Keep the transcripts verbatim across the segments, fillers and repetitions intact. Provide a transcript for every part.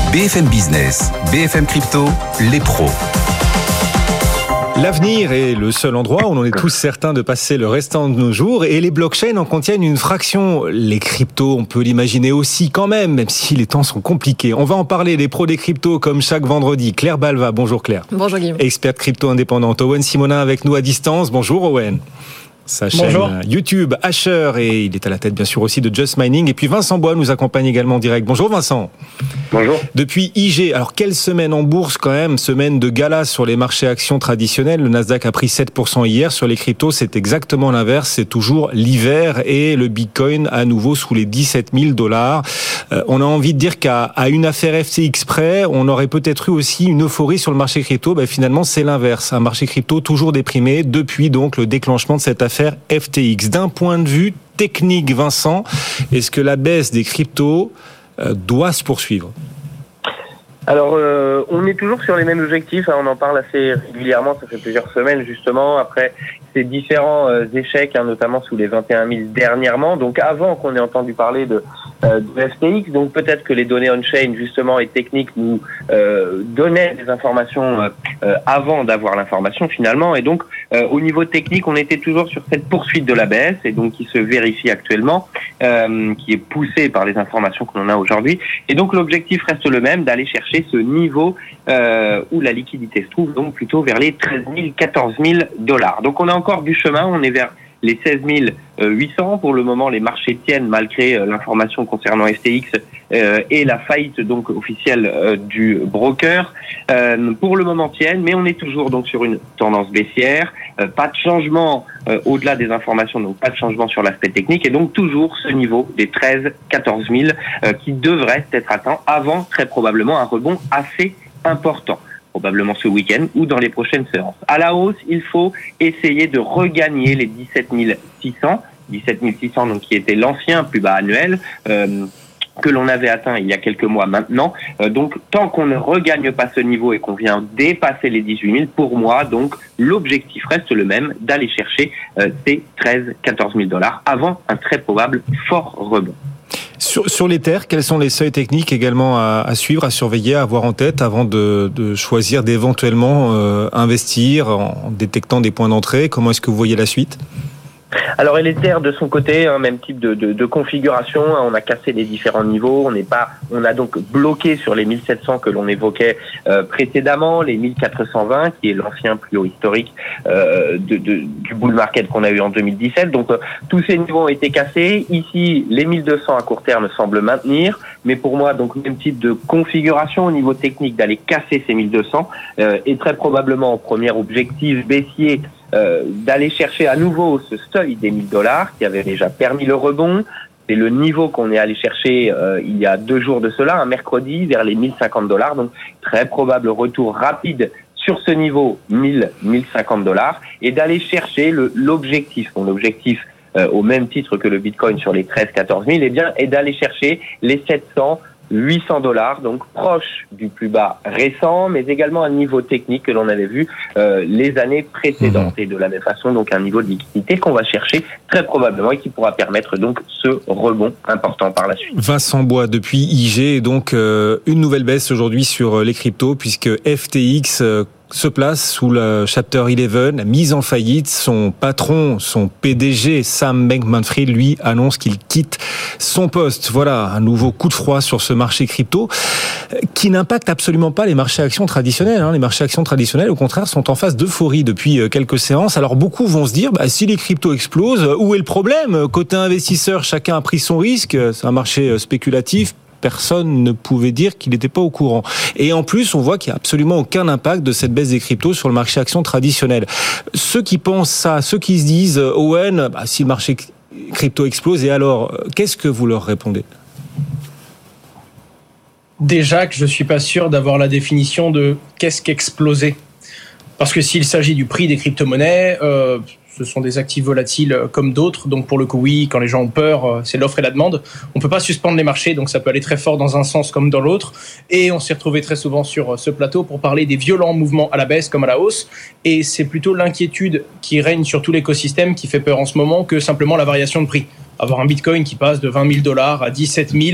B F M Business, B F M Crypto, les pros. L'avenir est le seul endroit où l'on est tous certains de passer le restant de nos jours et les blockchains en contiennent une fraction. Les cryptos, on peut l'imaginer aussi quand même, même si les temps sont compliqués. On va en parler, les pros des cryptos, comme chaque vendredi. Claire Balva, bonjour Claire. Bonjour Guillaume. Experte crypto indépendante. Owen Simonin avec nous à distance. Bonjour Owen. Sa chaîne Bonjour. YouTube, Asher, et il est à la tête bien sûr aussi de Just Mining. Et puis Vincent Bois nous accompagne également en direct. Bonjour Vincent. Bonjour. Depuis I G, alors quelle semaine en bourse quand même, semaine de gala sur les marchés actions traditionnels. Le Nasdaq a pris sept pour cent hier. Sur les cryptos, c'est exactement l'inverse. C'est toujours l'hiver et le Bitcoin à nouveau sous les dix-sept mille dollars. Euh, on a envie de dire qu'à à une affaire F T X près, on aurait peut-être eu aussi une euphorie sur le marché crypto. Ben, finalement, c'est l'inverse. Un marché crypto toujours déprimé depuis donc le déclenchement de cette affaire F T X. D'un point de vue technique, Vincent, est-ce que la baisse des cryptos euh, doit se poursuivre ? Alors, euh, on est toujours sur les mêmes objectifs, hein, on en parle assez régulièrement, ça fait plusieurs semaines justement, après ces différents euh, échecs, hein, notamment sous les vingt et un mille dernièrement, donc avant qu'on ait entendu parler de, euh, de F T X, donc peut-être que les données on-chain justement et techniques nous euh, donnaient des informations euh, avant d'avoir l'information finalement, et donc euh, au niveau technique, on était toujours sur cette poursuite de la baisse, et donc qui se vérifie actuellement, euh, qui est poussée par les informations que l'on a aujourd'hui, et donc l'objectif reste le même, d'aller chercher ce niveau euh, où la liquidité se trouve, donc plutôt vers les treize mille, quatorze mille dollars. Donc on a encore du chemin, on est vers les seize mille huit cents. Pour le moment, les marchés tiennent malgré euh, l'information concernant F T X euh, et la faillite donc officielle euh, du broker. Euh, pour le moment tiennent, mais on est toujours donc sur une tendance baissière. Euh, pas de changement euh, au-delà des informations, donc pas de changement sur l'aspect technique, et donc toujours ce niveau des treize, quatorze mille euh, qui devrait être atteint avant très probablement un rebond assez important. Probablement ce week-end ou dans les prochaines séances. À la hausse, il faut essayer de regagner les dix-sept mille six cents, dix-sept mille six cents donc qui était l'ancien plus bas annuel euh, que l'on avait atteint il y a quelques mois maintenant. Euh, donc tant qu'on ne regagne pas ce niveau et qu'on vient dépasser les dix-huit mille, pour moi donc l'objectif reste le même, d'aller chercher euh, ces treize, quatorze mille dollars avant un très probable fort rebond. Sur, sur les terres, quels sont les seuils techniques également à, à suivre, à surveiller, à avoir en tête avant de, de choisir d'éventuellement euh, investir en détectant des points d'entrée ? Comment est-ce que vous voyez la suite ? Alors Ether de son côté, hein, même type de, de, de configuration, hein, on a cassé les différents niveaux, on n'est pas, on a donc bloqué sur les mille sept cents que l'on évoquait euh, précédemment, les mille quatre cent vingt qui est l'ancien plus haut historique euh, de, de, du bull market qu'on a eu en deux mille dix-sept. Donc euh, tous ces niveaux ont été cassés. Ici, les mille deux cents à court terme semblent maintenir, mais pour moi donc même type de configuration au niveau technique d'aller casser ces mille deux cents euh, et très probablement en premier objectif baissier. Euh, d'aller chercher à nouveau ce seuil des mille dollars qui avait déjà permis le rebond. C'est le niveau qu'on est allé chercher euh, il y a deux jours de cela, un mercredi, vers les mille cinquante dollars. Donc très probable retour rapide sur ce niveau mille, mille cinquante dollars et d'aller chercher le, l'objectif. Bon, l'objectif euh, au même titre que le Bitcoin sur les treize, quatorze mille, eh bien, est d'aller chercher les sept cents, huit cents dollars, donc proche du plus bas récent, mais également un niveau technique que l'on avait vu euh, les années précédentes. Mmh. Et de la même façon, donc un niveau de liquidité qu'on va chercher très probablement et qui pourra permettre donc ce rebond important par la suite. Vincent Bois, depuis I G, donc euh, une nouvelle baisse aujourd'hui sur les cryptos, puisque F T X euh, se place sous le Chapter onze, mise en faillite. Son patron, son P D G, Sam Bankman-Fried, lui, annonce qu'il quitte son poste. Voilà, un nouveau coup de froid sur ce marché crypto qui n'impacte absolument pas les marchés actions traditionnels. Les marchés actions traditionnels, au contraire, sont en phase d'euphorie depuis quelques séances. Alors beaucoup vont se dire, bah, si les cryptos explosent, où est le problème ? Côté investisseur, chacun a pris son risque. C'est un marché spéculatif. Personne ne pouvait dire qu'il n'était pas au courant. Et en plus, on voit qu'il n'y a absolument aucun impact de cette baisse des cryptos sur le marché actions traditionnel. Ceux qui pensent ça, ceux qui se disent, Owen, bah, si le marché crypto explose, et alors, qu'est-ce que vous leur répondez ? Déjà que je ne suis pas sûr d'avoir la définition de qu'est-ce qu'exploser. Parce que s'il s'agit du prix des crypto-monnaies, euh, ce sont des actifs volatiles comme d'autres. Donc pour le coup, oui, quand les gens ont peur, c'est l'offre et la demande. On ne peut pas suspendre les marchés, donc ça peut aller très fort dans un sens comme dans l'autre. Et on s'est retrouvé très souvent sur ce plateau pour parler des violents mouvements à la baisse comme à la hausse. Et c'est plutôt l'inquiétude qui règne sur tout l'écosystème qui fait peur en ce moment que simplement la variation de prix. Avoir un Bitcoin qui passe de vingt mille dollars à dix-sept mille,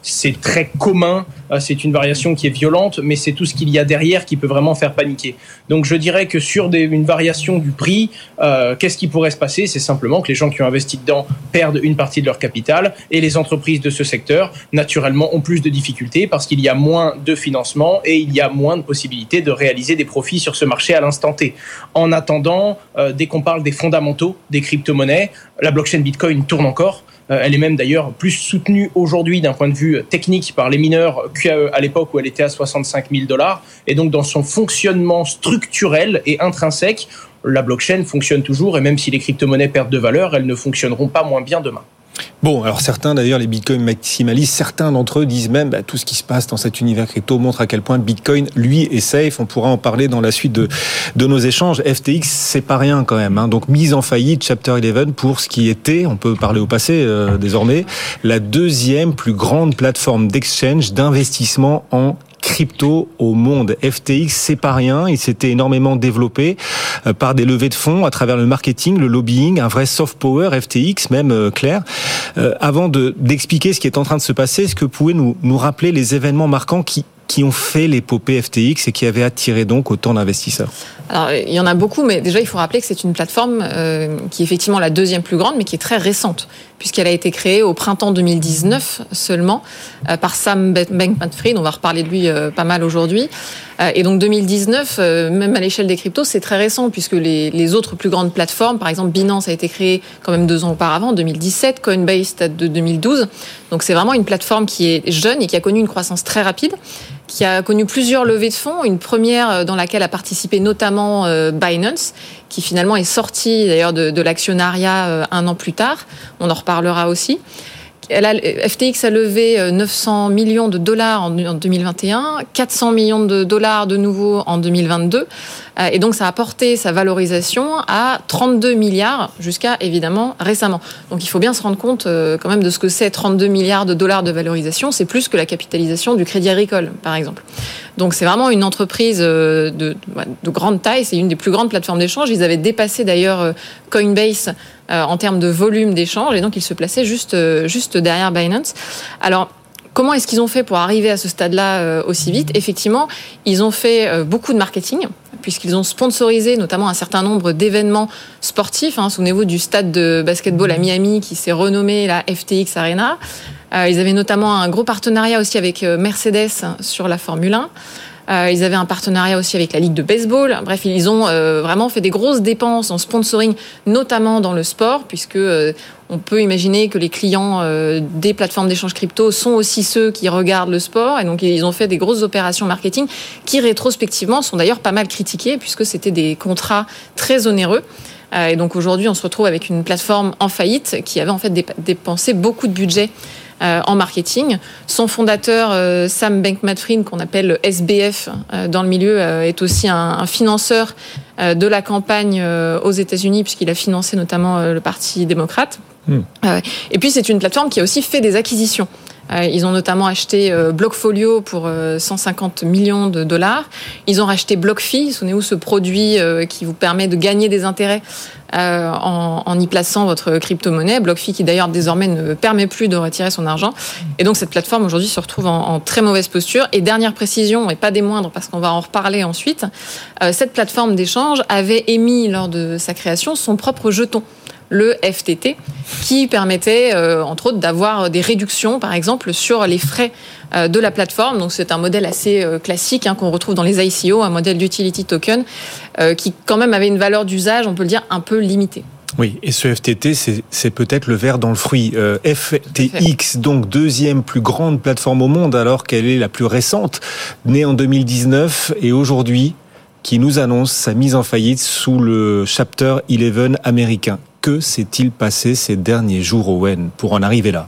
c'est très commun, c'est une variation qui est violente, mais c'est tout ce qu'il y a derrière qui peut vraiment faire paniquer. Donc je dirais que sur des, une variation du prix, euh, qu'est-ce qui pourrait se passer ? C'est simplement que les gens qui ont investi dedans perdent une partie de leur capital et les entreprises de ce secteur, naturellement, ont plus de difficultés parce qu'il y a moins de financement et il y a moins de possibilités de réaliser des profits sur ce marché à l'instant T. En attendant, euh, dès qu'on parle des fondamentaux des crypto-monnaies, la blockchain Bitcoin tourne encore. Euh, elle est même d'ailleurs plus soutenue aujourd'hui d'un point de vue technique par les mineurs qu'à l'époque où elle était à soixante-cinq mille dollars. Et donc dans son fonctionnement structurel et intrinsèque, la blockchain fonctionne toujours et même si les crypto-monnaies perdent de valeur, elles ne fonctionneront pas moins bien demain. Bon, alors certains d'ailleurs, les Bitcoin maximalistes, certains d'entre eux disent même bah, tout ce qui se passe dans cet univers crypto montre à quel point Bitcoin, lui, est safe. On pourra en parler dans la suite de, de nos échanges. F T X, c'est pas rien quand même. Hein. Donc mise en faillite, Chapter onze pour ce qui était, on peut parler au passé euh, désormais, la deuxième plus grande plateforme d'exchange d'investissement en crypto au monde. F T X, c'est pas rien. Il s'était énormément développé euh, par des levées de fonds à travers le marketing, le lobbying, un vrai soft power F T X, même euh, Claire. Euh, avant de, d'expliquer ce qui est en train de se passer, est-ce que vous pouvez nous, nous rappeler les événements marquants qui qui ont fait l'épopée F T X et qui avaient attiré donc autant d'investisseurs? Alors, il y en a beaucoup, mais déjà, il faut rappeler que c'est une plateforme euh, qui est effectivement la deuxième plus grande, mais qui est très récente, puisqu'elle a été créée au printemps deux mille dix-neuf seulement, euh, par Sam Bankman-Fried. On va reparler de lui euh, pas mal aujourd'hui. Euh, et donc deux mille dix-neuf, euh, même à l'échelle des cryptos, c'est très récent, puisque les, les autres plus grandes plateformes, par exemple Binance a été créée quand même deux ans auparavant, en deux mille dix-sept, Coinbase date de deux mille douze. Donc c'est vraiment une plateforme qui est jeune et qui a connu une croissance très rapide, qui a connu plusieurs levées de fonds, une première dans laquelle a participé notamment euh, Binance, qui finalement est sorti d'ailleurs de, de l'actionnariat euh, un an plus tard. On en reparlera aussi. Elle a, F T X a levé neuf cents millions de dollars en deux mille vingt et un, quatre cents millions de dollars de nouveau en deux mille vingt-deux. Et donc, ça a porté sa valorisation à trente-deux milliards jusqu'à, évidemment, récemment. Donc, il faut bien se rendre compte quand même de ce que c'est trente-deux milliards de dollars de valorisation. C'est plus que la capitalisation du Crédit Agricole, par exemple. Donc, c'est vraiment une entreprise de, de, de grande taille. C'est une des plus grandes plateformes d'échange. Ils avaient dépassé d'ailleurs Coinbase en termes de volume d'échange. Et donc, ils se plaçaient juste, juste derrière Binance. Alors, comment est-ce qu'ils ont fait pour arriver à ce stade-là aussi vite ? Effectivement, ils ont fait beaucoup de marketing, puisqu'ils ont sponsorisé notamment un certain nombre d'événements sportifs. Hein. Souvenez-vous du stade de basketball à Miami qui s'est renommé la F T X Arena. Euh, ils avaient notamment un gros partenariat aussi avec Mercedes sur la Formule un. Euh, ils avaient un partenariat aussi avec la Ligue de baseball. Bref, ils ont euh, vraiment fait des grosses dépenses en sponsoring, notamment dans le sport, puisque euh, on peut imaginer que les clients euh, des plateformes d'échange crypto sont aussi ceux qui regardent le sport. Et donc, ils ont fait des grosses opérations marketing qui, rétrospectivement, sont d'ailleurs pas mal critiquées, puisque c'était des contrats très onéreux. Euh, et donc, aujourd'hui, on se retrouve avec une plateforme en faillite qui avait en fait dépensé beaucoup de budget Euh, en marketing. Son fondateur, euh, Sam Bankman-Fried, qu'on appelle S B F euh, dans le milieu, euh, est aussi un, un financeur euh, de la campagne euh, aux États-Unis, puisqu'il a financé notamment euh, le Parti démocrate. Mmh. Euh, et puis, c'est une plateforme qui a aussi fait des acquisitions. Euh, ils ont notamment acheté euh, Blockfolio pour euh, cent cinquante millions de dollars. Ils ont racheté BlockFi, souvenez-vous ce produit euh, qui vous permet de gagner des intérêts euh, en, en y plaçant votre crypto-monnaie. BlockFi qui d'ailleurs désormais ne permet plus de retirer son argent. Et donc cette plateforme aujourd'hui se retrouve en, en très mauvaise posture. Et dernière précision, et pas des moindres parce qu'on va en reparler ensuite, euh, cette plateforme d'échange avait émis lors de sa création son propre jeton, le F T T, qui permettait, euh, entre autres, d'avoir des réductions, par exemple, sur les frais euh, de la plateforme. Donc, c'est un modèle assez euh, classique hein, qu'on retrouve dans les I C O, un modèle d'utility token, euh, qui, quand même, avait une valeur d'usage, on peut le dire, un peu limitée. Oui, et ce F T T, c'est, c'est peut-être le ver dans le fruit. Euh, F T X, donc deuxième plus grande plateforme au monde, alors qu'elle est la plus récente, née en deux mille dix-neuf, et aujourd'hui, qui nous annonce sa mise en faillite sous le Chapter onze américain. Que s'est-il passé ces derniers jours, Owen, pour en arriver là ?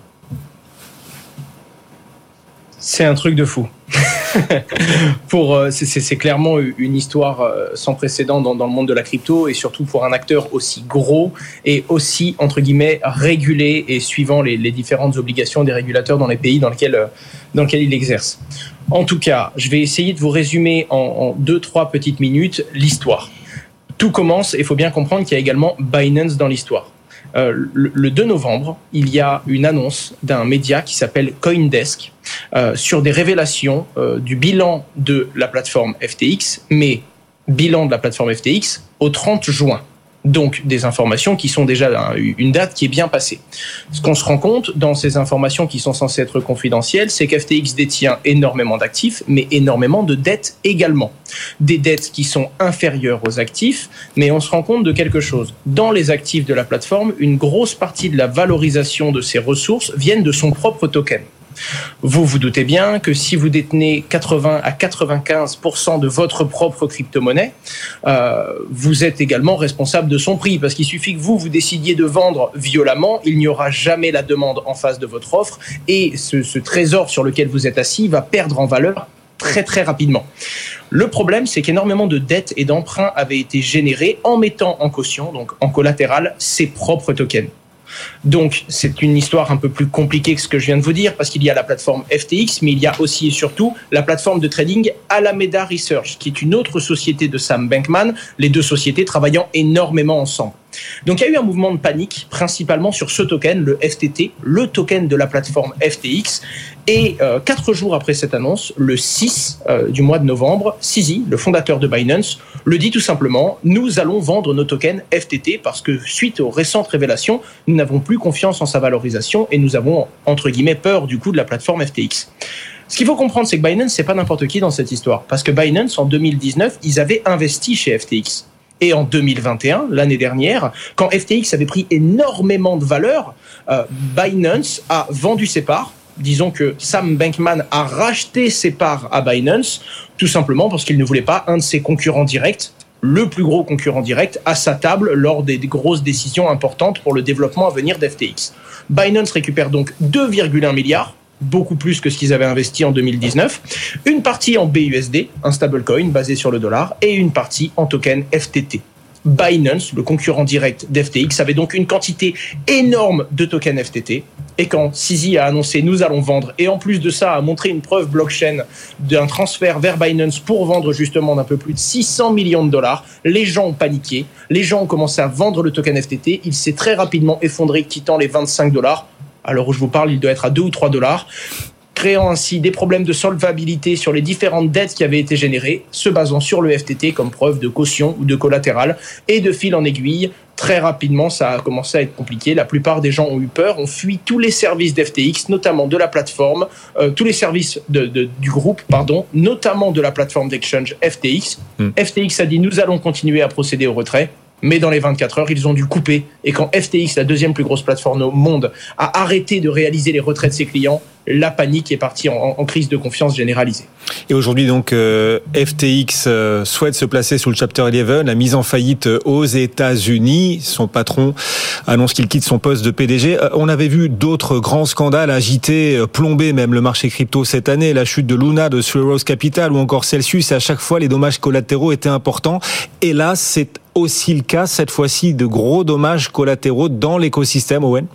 C'est un truc de fou. pour, c'est, c'est, c'est clairement une histoire sans précédent dans, dans le monde de la crypto, et surtout pour un acteur aussi gros et aussi, entre guillemets, régulé et suivant les, les différentes obligations des régulateurs dans les pays dans lesquels, dans lesquels il exerce. En tout cas, je vais essayer de vous résumer en, en deux, trois petites minutes l'histoire. Tout commence, et il faut bien comprendre qu'il y a également Binance dans l'histoire. Euh, le, le deux novembre, il y a une annonce d'un média qui s'appelle CoinDesk euh, sur des révélations euh, du bilan de la plateforme F T X, mais bilan de la plateforme F T X au trente juin. Donc des informations qui sont déjà une date qui est bien passée. Ce qu'on se rend compte dans ces informations qui sont censées être confidentielles, c'est qu'F T X détient énormément d'actifs, mais énormément de dettes également. Des dettes qui sont inférieures aux actifs, mais on se rend compte de quelque chose. Dans les actifs de la plateforme, une grosse partie de la valorisation de ces ressources viennent de son propre token. Vous vous doutez bien que si vous détenez quatre-vingts à quatre-vingt-quinze pour cent de votre propre crypto-monnaie, euh, vous êtes également responsable de son prix, parce qu'il suffit que vous, vous décidiez de vendre violemment, il n'y aura jamais la demande en face de votre offre, et ce, ce trésor sur lequel vous êtes assis va perdre en valeur très très rapidement. Le problème, c'est qu'énormément de dettes et d'emprunts avaient été générés en mettant en caution, donc en collatéral, ses propres tokens. Donc, c'est une histoire un peu plus compliquée que ce que je viens de vous dire, parce qu'il y a la plateforme F T X, mais il y a aussi et surtout la plateforme de trading Alameda Research, qui est une autre société de Sam Bankman, les deux sociétés travaillant énormément ensemble. Donc, il y a eu un mouvement de panique, principalement sur ce token, le F T T, le token de la plateforme F T X. Et euh, quatre jours après cette annonce, le six euh, du mois de novembre, Sisi, le fondateur de Binance, le dit tout simplement, nous allons vendre nos tokens F T T parce que suite aux récentes révélations, nous n'avons plus confiance en sa valorisation et nous avons, entre guillemets, peur du coup de la plateforme F T X. Ce qu'il faut comprendre, c'est que Binance, c'est pas n'importe qui dans cette histoire. Parce que Binance, en deux mille dix-neuf, ils avaient investi chez F T X. Et en deux mille vingt et un, l'année dernière, quand F T X avait pris énormément de valeur, euh, Binance a vendu ses parts. Disons que Sam Bankman a racheté ses parts à Binance, tout simplement parce qu'il ne voulait pas un de ses concurrents directs, le plus gros concurrent direct, à sa table lors des grosses décisions importantes pour le développement à venir d'F T X. Binance récupère donc deux virgule un milliards, beaucoup plus que ce qu'ils avaient investi en deux mille dix-neuf, une partie en B U S D, un stablecoin basé sur le dollar, et une partie en token F T T. Binance, le concurrent direct d'F T X, avait donc une quantité énorme de tokens F T T. Et quand Sisi a annoncé « nous allons vendre » et en plus de ça a montré une preuve blockchain d'un transfert vers Binance pour vendre justement d'un peu plus de six cents millions de dollars, les gens ont paniqué, les gens ont commencé à vendre le token F T T, il s'est très rapidement effondré quittant les vingt-cinq dollars. À l'heure où je vous parle, il doit être à deux ou trois dollars. Créant ainsi des problèmes de solvabilité sur les différentes dettes qui avaient été générées, se basant sur le F T T comme preuve de caution ou de collatéral, et de fil en aiguille, très rapidement, ça a commencé à être compliqué. La plupart des gens ont eu peur, ont fui tous les services d'F T X, notamment de la plateforme, euh, tous les services de, de, du groupe, pardon, notamment de la plateforme d'exchange F T X. Mm. F T X a dit « nous allons continuer à procéder au retrait ». Mais dans les vingt-quatre heures, ils ont dû couper. Et quand F T X, la deuxième plus grosse plateforme au monde, a arrêté de réaliser les retraits de ses clients, la panique est partie en, en crise de confiance généralisée. Et aujourd'hui, donc, euh, F T X euh, souhaite se placer sous le Chapter onze, la mise en faillite aux États-Unis. Son patron annonce qu'il quitte son poste de P D G. Euh, on avait vu d'autres grands scandales agiter, euh, plomber même le marché crypto cette année. La chute de Luna, de Three Arrows Capital ou encore Celsius. Et à chaque fois, les dommages collatéraux étaient importants. Et là, c'est aussi le cas, cette fois-ci, de gros dommages collatéraux dans l'écosystème, Owen?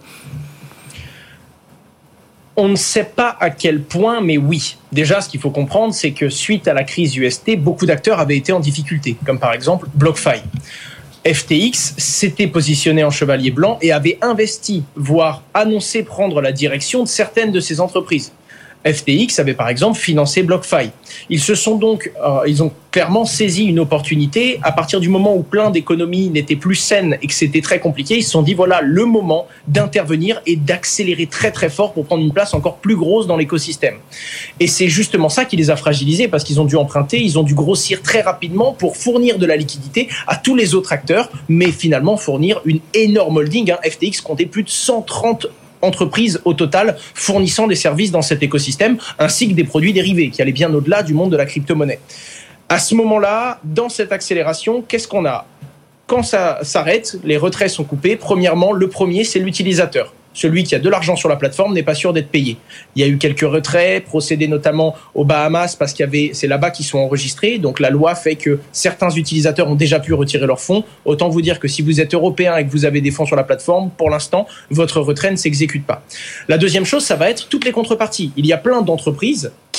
On ne sait pas à quel point, mais oui. Déjà, ce qu'il faut comprendre, c'est que suite à la crise U S T, beaucoup d'acteurs avaient été en difficulté, comme par exemple BlockFi. F T X s'était positionné en chevalier blanc et avait investi, voire annoncé prendre la direction de certaines de ces entreprises. F T X avait par exemple financé BlockFi. Ils se sont donc, euh, ils ont clairement saisi une opportunité à partir du moment où plein d'économies n'étaient plus saines et que c'était très compliqué. Ils se sont dit voilà le moment d'intervenir et d'accélérer très très fort pour prendre une place encore plus grosse dans l'écosystème. Et c'est justement ça qui les a fragilisés parce qu'ils ont dû emprunter, ils ont dû grossir très rapidement pour fournir de la liquidité à tous les autres acteurs, mais finalement fournir une énorme holding. Hein. F T X comptait plus de cent trente entreprises au total fournissant des services dans cet écosystème, ainsi que des produits dérivés qui allaient bien au-delà du monde de la crypto-monnaie. À ce moment-là, dans cette accélération, qu'est-ce qu'on a ? Quand ça s'arrête, les retraits sont coupés. Premièrement, le premier, c'est l'utilisateur. Celui qui a de l'argent sur la plateforme n'est pas sûr d'être payé. Il y a eu quelques retraits, procédés notamment aux Bahamas parce qu'il y avait, c'est là-bas qu'ils sont enregistrés. Donc la loi fait que certains utilisateurs ont déjà pu retirer leurs fonds. Autant vous dire que si vous êtes européen et que vous avez des fonds sur la plateforme, pour l'instant, votre retrait ne s'exécute pas. La deuxième chose, ça va être toutes les contreparties. Il y a plein d'entreprises qui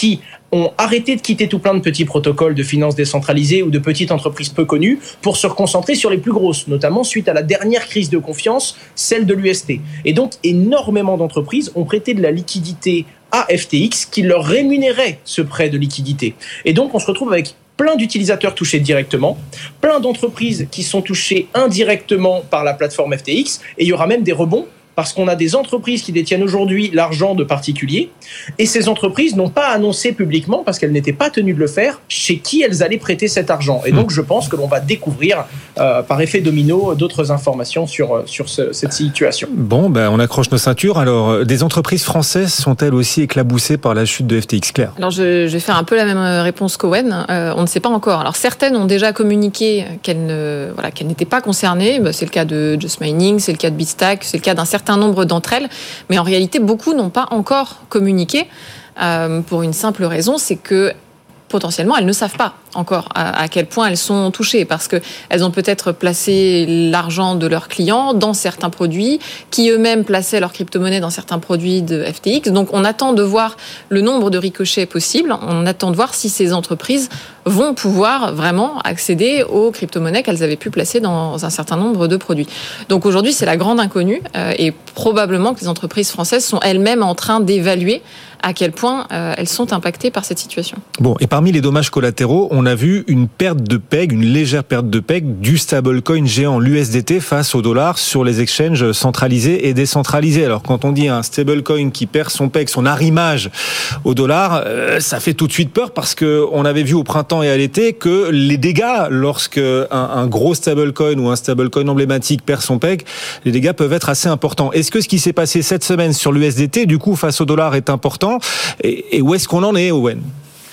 qui ont arrêté de quitter tout plein de petits protocoles de finances décentralisées ou de petites entreprises peu connues pour se reconcentrer sur les plus grosses, notamment suite à la dernière crise de confiance, celle de l'U S T. Et donc, énormément d'entreprises ont prêté de la liquidité à F T X qui leur rémunérait ce prêt de liquidité. Et donc, on se retrouve avec plein d'utilisateurs touchés directement, plein d'entreprises qui sont touchées indirectement par la plateforme F T X, et il y aura même des rebonds, parce qu'on a des entreprises qui détiennent aujourd'hui l'argent de particuliers, et ces entreprises n'ont pas annoncé publiquement, parce qu'elles n'étaient pas tenues de le faire, chez qui elles allaient prêter cet argent. Et donc, je pense que l'on va découvrir, euh, par effet domino, d'autres informations sur, sur ce, cette situation. Bon, ben, on accroche nos ceintures. Alors, des entreprises françaises sont-elles aussi éclaboussées par la chute de F T X, Claire ? Alors, je, je vais faire un peu la même réponse qu'Owen. Euh, on ne sait pas encore. Alors, certaines ont déjà communiqué qu'elles, ne, voilà, qu'elles n'étaient pas concernées. Ben, c'est le cas de Just Mining, c'est le cas de Bitstack, c'est le cas d'un certain un nombre d'entre elles, mais en réalité, beaucoup n'ont pas encore communiqué euh, pour une simple raison, c'est que potentiellement, elles ne savent pas encore à, à quel point elles sont touchées, parce qu'elles ont peut-être placé l'argent de leurs clients dans certains produits, qui eux-mêmes plaçaient leurs crypto-monnaies dans certains produits de F T X. Donc, on attend de voir le nombre de ricochets possibles, on attend de voir si ces entreprises vont pouvoir vraiment accéder aux crypto-monnaies qu'elles avaient pu placer dans un certain nombre de produits. Donc, aujourd'hui, c'est la grande inconnue, euh, et probablement que les entreprises françaises sont elles-mêmes en train d'évaluer à quel point euh, elles sont impactées par cette situation. Bon, et parmi les dommages collatéraux, on a vu une perte de peg, une légère perte de peg du stablecoin géant, l'U S D T, face au dollar sur les exchanges centralisés et décentralisés. Alors, quand on dit un stablecoin qui perd son peg, son arrimage au dollar, euh, ça fait tout de suite peur, parce que on avait vu au printemps et à l'été que les dégâts, lorsque un, un gros stablecoin ou un stablecoin emblématique perd son peg, les dégâts peuvent être assez importants. Est-ce que ce qui s'est passé cette semaine sur l'U S D T, du coup, face au dollar, est important ? Et, et où est-ce qu'on en est, Owen ?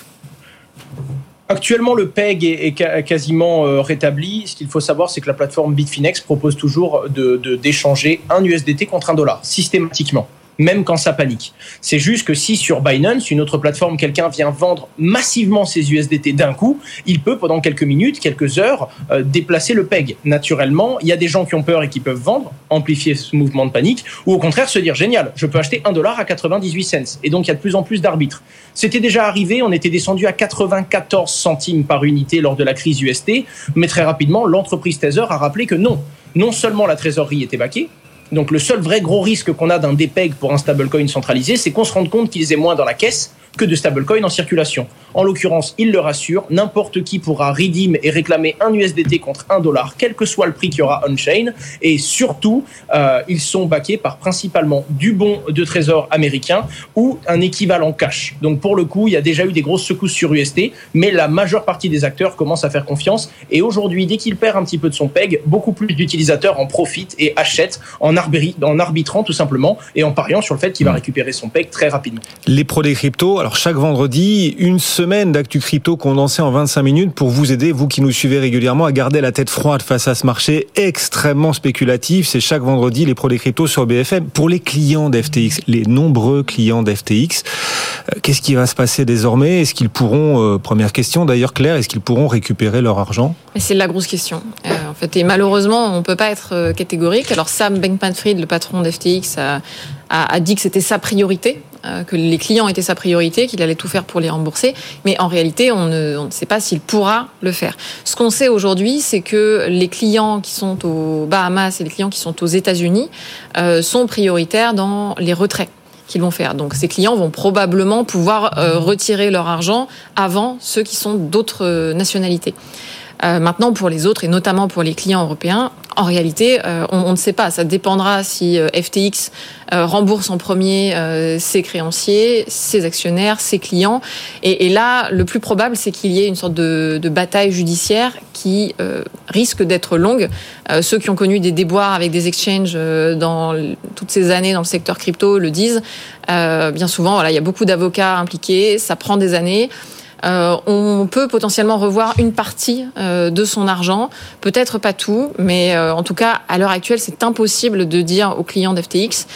Actuellement, le peg est, est quasiment euh, rétabli. Ce qu'il faut savoir, c'est que la plateforme Bitfinex propose toujours de, de, d'échanger un U S D T contre un dollar, systématiquement, même quand ça panique. C'est juste que si sur Binance, une autre plateforme, quelqu'un vient vendre massivement ses U S D T d'un coup, il peut, pendant quelques minutes, quelques heures, euh, déplacer le peg. Naturellement, il y a des gens qui ont peur et qui peuvent vendre, amplifier ce mouvement de panique, ou au contraire se dire, génial, je peux acheter un dollar à quatre-vingt-dix-huit cents. Et donc, il y a de plus en plus d'arbitres. C'était déjà arrivé, on était descendu à quatre-vingt-quatorze centimes par unité lors de la crise U S T, mais très rapidement, l'entreprise Tether a rappelé que non. Non seulement la trésorerie était baquée, donc le seul vrai gros risque qu'on a d'un dépeg pour un stablecoin centralisé, c'est qu'on se rende compte qu'ils aient moins dans la caisse que de stablecoins en circulation. En l'occurrence, il le rassure, n'importe qui pourra redeem et réclamer un U S D T contre un dollar, quel que soit le prix qu'il y aura on-chain. Et surtout, euh, ils sont backés par principalement du bon de trésor américain ou un équivalent cash. Donc pour le coup, il y a déjà eu des grosses secousses sur U S T, mais la majeure partie des acteurs commencent à faire confiance. Et aujourd'hui, dès qu'il perd un petit peu de son peg, beaucoup plus d'utilisateurs en profitent et achètent en, arbri- en arbitrant tout simplement et en pariant sur le fait qu'il va récupérer son peg très rapidement. Les pros des cryptos, alors chaque vendredi, une semaine d'actu crypto condensée en vingt-cinq minutes pour vous aider, vous qui nous suivez régulièrement, à garder la tête froide face à ce marché extrêmement spéculatif. C'est chaque vendredi les pros des cryptos sur B F M. Pour les clients d'F T X, les nombreux clients d'F T X, euh, qu'est-ce qui va se passer désormais ? Est-ce qu'ils pourront, euh, première question d'ailleurs Claire, est-ce qu'ils pourront récupérer leur argent ? Et c'est la grosse question. Euh, en fait, et malheureusement, on ne peut pas être euh, catégorique. Alors Sam Bankman-Fried, le patron d'F T X, a, a, a dit que c'était sa priorité, euh, que les clients étaient sa priorité, qu'il allait tout faire pour les rembourser. Mais en réalité, on ne, on ne sait pas s'il pourra le faire. Ce qu'on sait aujourd'hui, c'est que les clients qui sont aux Bahamas et les clients qui sont aux États-Unis euh, sont prioritaires dans les retraits qu'ils vont faire. Donc ces clients vont probablement pouvoir euh, retirer leur argent avant ceux qui sont d'autres euh, nationalités. Euh, maintenant, pour les autres, et notamment pour les clients européens, en réalité, euh, on, on ne sait pas. Ça dépendra si euh, F T X euh, rembourse en premier euh, ses créanciers, ses actionnaires, ses clients. Et, et là, le plus probable, c'est qu'il y ait une sorte de, de bataille judiciaire qui euh, risque d'être longue. Euh, ceux qui ont connu des déboires avec des exchanges euh, dans l- toutes ces années dans le secteur crypto le disent. Euh, bien souvent, voilà, il y a beaucoup d'avocats impliqués, ça prend des années. Euh, on peut potentiellement revoir une partie euh, de son argent, peut-être pas tout, mais euh, en tout cas, à l'heure actuelle, c'est impossible de dire aux clients d'F T X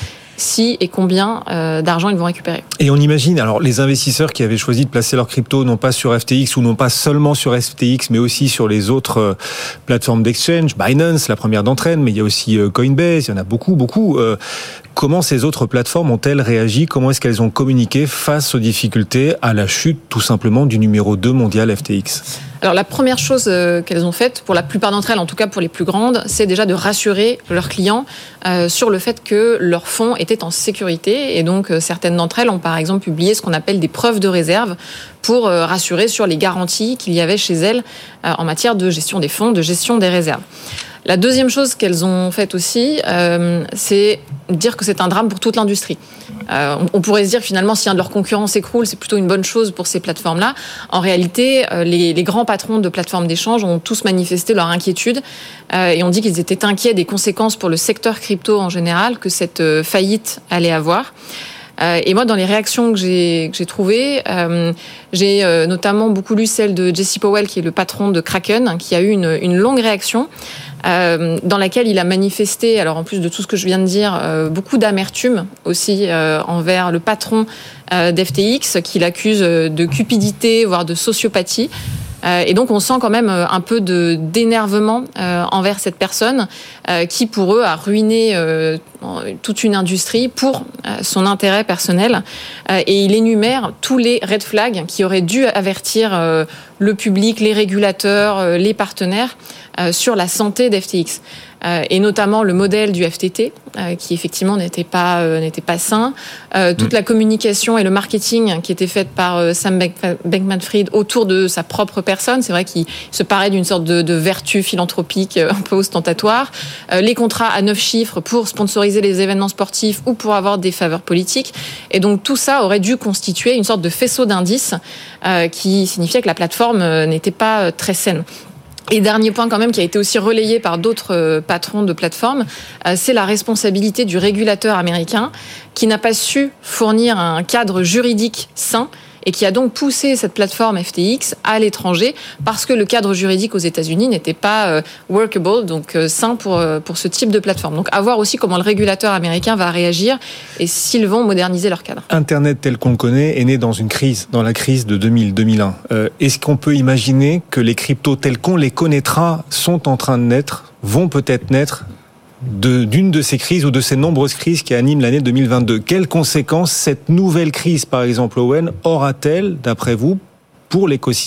si et combien euh, d'argent ils vont récupérer. Et on imagine, alors les investisseurs qui avaient choisi de placer leur crypto non pas sur F T X ou non pas seulement sur F T X, mais aussi sur les autres euh, plateformes d'exchange, Binance, la première d'entre elles, mais il y a aussi euh, Coinbase, il y en a beaucoup, beaucoup. Euh, comment ces autres plateformes ont-elles réagi? Comment est-ce qu'elles ont communiqué face aux difficultés à la chute tout simplement du numéro deux mondial F T X? Alors la première chose qu'elles ont faite, pour la plupart d'entre elles, en tout cas pour les plus grandes, c'est déjà de rassurer leurs clients euh, sur le fait que leurs fonds étaient en sécurité. Et donc euh, certaines d'entre elles ont par exemple publié ce qu'on appelle des preuves de réserve pour euh, rassurer sur les garanties qu'il y avait chez elles euh, en matière de gestion des fonds, de gestion des réserves. La deuxième chose qu'elles ont faite aussi, euh, c'est dire que c'est un drame pour toute l'industrie. Euh, on, on pourrait se dire finalement si un de leurs concurrents s'écroule, c'est plutôt une bonne chose pour ces plateformes-là. En réalité, euh, les, les grands patrons de plateformes d'échange ont tous manifesté leur inquiétude euh, et ont dit qu'ils étaient inquiets des conséquences pour le secteur crypto en général que cette euh, faillite allait avoir. Euh, et moi, dans les réactions que j'ai, que j'ai trouvées, euh, j'ai euh, notamment beaucoup lu celle de Jesse Powell, qui est le patron de Kraken, qui a eu une, une longue réaction euh, dans laquelle il a manifesté, alors en plus de tout ce que je viens de dire, euh, beaucoup d'amertume aussi euh, envers le patron euh, d'F T X, qu'il accuse de cupidité, voire de sociopathie. Euh, et donc on sent quand même un peu de d'énervement euh, envers cette personne euh, qui pour eux a ruiné euh, toute une industrie pour euh, son intérêt personnel euh, et il énumère tous les red flags qui auraient dû avertir euh, le public, les régulateurs, euh, les partenaires euh, sur la santé d'F T X. Euh, et notamment le modèle du F T T, euh, qui effectivement n'était pas euh, n'était pas sain. Euh, toute mmh. la communication et le marketing qui était faite par euh, Sam Bankman-Fried autour de sa propre personne, c'est vrai qu'il se paraît d'une sorte de, de vertu philanthropique euh, un peu ostentatoire. Euh, les contrats à neuf chiffres pour sponsoriser les événements sportifs ou pour avoir des faveurs politiques. Et donc tout ça aurait dû constituer une sorte de faisceau d'indices euh, qui signifiait que la plateforme euh, n'était pas euh, très saine. Et dernier point quand même qui a été aussi relayé par d'autres euh, patrons de plateformes, euh, c'est la responsabilité du régulateur américain qui n'a pas su fournir un cadre juridique sain et qui a donc poussé cette plateforme F T X à l'étranger parce que le cadre juridique aux États-Unis n'était pas euh, workable, donc euh, sain pour euh, pour ce type de plateforme. Donc à voir aussi comment le régulateur américain va réagir et s'ils vont moderniser leur cadre. Internet tel qu'on le connaît est né dans une crise, dans la crise de deux mille deux mille un. Euh, est-ce qu'on peut imaginer que les cryptos tels qu'on les connaîtra sont en train de naître, vont peut-être naître De, d'une de ces crises ou de ces nombreuses crises qui animent l'année deux mille vingt-deux. Quelles conséquences cette nouvelle crise, par exemple, Owen, aura-t-elle, d'après vous, pour l'écosystème ?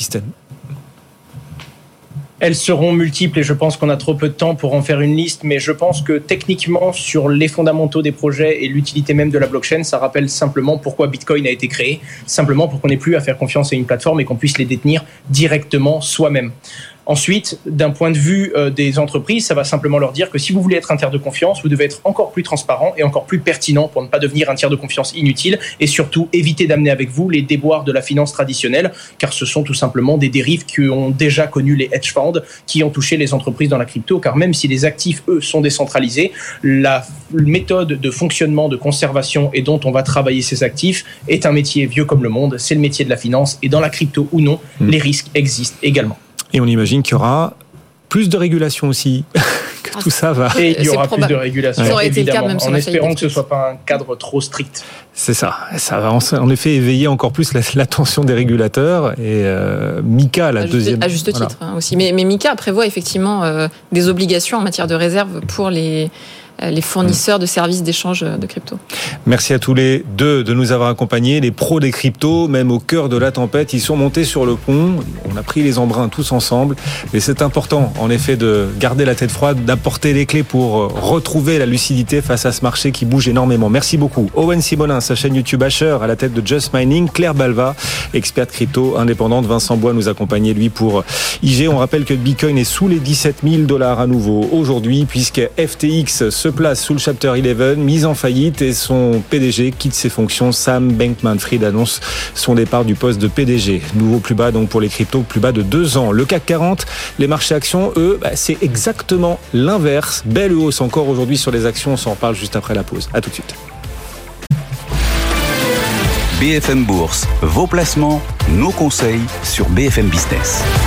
Elles seront multiples et je pense qu'on a trop peu de temps pour en faire une liste, mais je pense que techniquement, sur les fondamentaux des projets et l'utilité même de la blockchain, ça rappelle simplement pourquoi Bitcoin a été créé, simplement pour qu'on n'ait plus à faire confiance à une plateforme et qu'on puisse les détenir directement soi-même. Ensuite, d'un point de vue euh, des entreprises, ça va simplement leur dire que si vous voulez être un tiers de confiance, vous devez être encore plus transparent et encore plus pertinent pour ne pas devenir un tiers de confiance inutile et surtout éviter d'amener avec vous les déboires de la finance traditionnelle, car ce sont tout simplement des dérives qui ont déjà connu les hedge funds, qui ont touché les entreprises dans la crypto, car même si les actifs, eux, sont décentralisés, la méthode de fonctionnement, de conservation et dont on va travailler ces actifs est un métier vieux comme le monde, c'est le métier de la finance et dans la crypto ou non, mmh. les risques existent également. Et on imagine qu'il y aura plus de régulation aussi, que ah, tout ça va... Et il y aura plus de régulation, ça aurait été le cas même en espérant que ce ne soit pas un cadre trop strict. C'est ça. Ça va en effet éveiller encore plus l'attention des régulateurs. Et euh, MiCA, la à deuxième... À juste titre voilà. hein, aussi. Mais, mais MiCA prévoit effectivement euh, des obligations en matière de réserve pour les... les fournisseurs de services d'échange de crypto. Merci à tous les deux de nous avoir accompagnés. Les pros des cryptos, même au cœur de la tempête, ils sont montés sur le pont. On a pris les embruns tous ensemble. Et c'est important, en effet, de garder la tête froide, d'apporter les clés pour retrouver la lucidité face à ce marché qui bouge énormément. Merci beaucoup. Owen Simonin, sa chaîne YouTube Asher, à la tête de Just Mining. Claire Balva, experte crypto indépendante. Vincent Bois nous accompagnait, lui, pour I G. On rappelle que Bitcoin est sous les dix-sept mille dollars à nouveau aujourd'hui, puisque F T X se place sous le Chapter onze, mise en faillite, et son P D G quitte ses fonctions. Sam Bankman-Fried annonce son départ du poste de P D G. Nouveau plus bas donc pour les cryptos, plus bas de deux ans. Le C A C quarante, les marchés actions, eux, bah, c'est exactement l'inverse. Belle hausse encore aujourd'hui sur les actions, on s'en reparle juste après la pause. À tout de suite. B F M Bourse, vos placements, nos conseils sur B F M Business.